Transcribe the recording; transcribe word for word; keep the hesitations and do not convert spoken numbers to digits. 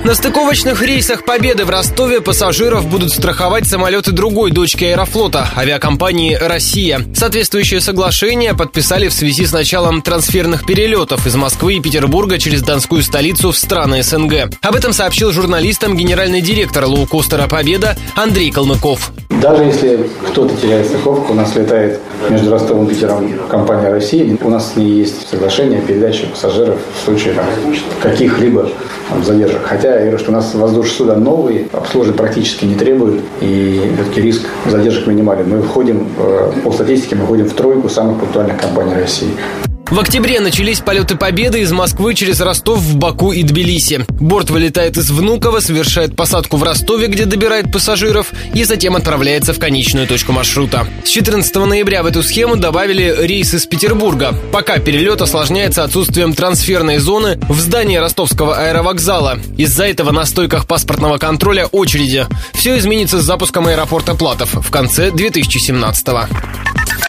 На стыковочных рейсах «Победы» в Ростове пассажиров будут страховать самолеты другой дочки Аэрофлота – авиакомпании «Россия». Соответствующее соглашение подписали в связи с началом трансферных перелетов из Москвы и Петербурга через донскую столицу в страны СНГ. Об этом сообщил журналистам генеральный директор лоукостера «Победа» Андрей Калмыков. Даже если кто-то теряет страховку, у нас летает между Ростовом и Питером компания «Россия». У нас с ней есть соглашение о передаче пассажиров в случае там, каких-либо там, задержек. Хотя я говорю, что у нас воздушные суда новые, обслуживать практически не требуют, и все-таки риск задержек минимален. Мы входим, по статистике, мы входим в тройку самых пунктуальных компаний России. В октябре начались полеты «Победы» из Москвы через Ростов в Баку и Тбилиси. Борт вылетает из Внуково, совершает посадку в Ростове, где добирает пассажиров, и затем отправляется в конечную точку маршрута. С четырнадцатого ноября в эту схему добавили рейс из Петербурга. Пока перелет осложняется отсутствием трансферной зоны в здании ростовского аэровокзала. Из-за этого на стойках паспортного контроля очереди. Все изменится с запуском аэропорта Платов в конце две тысячи семнадцатого.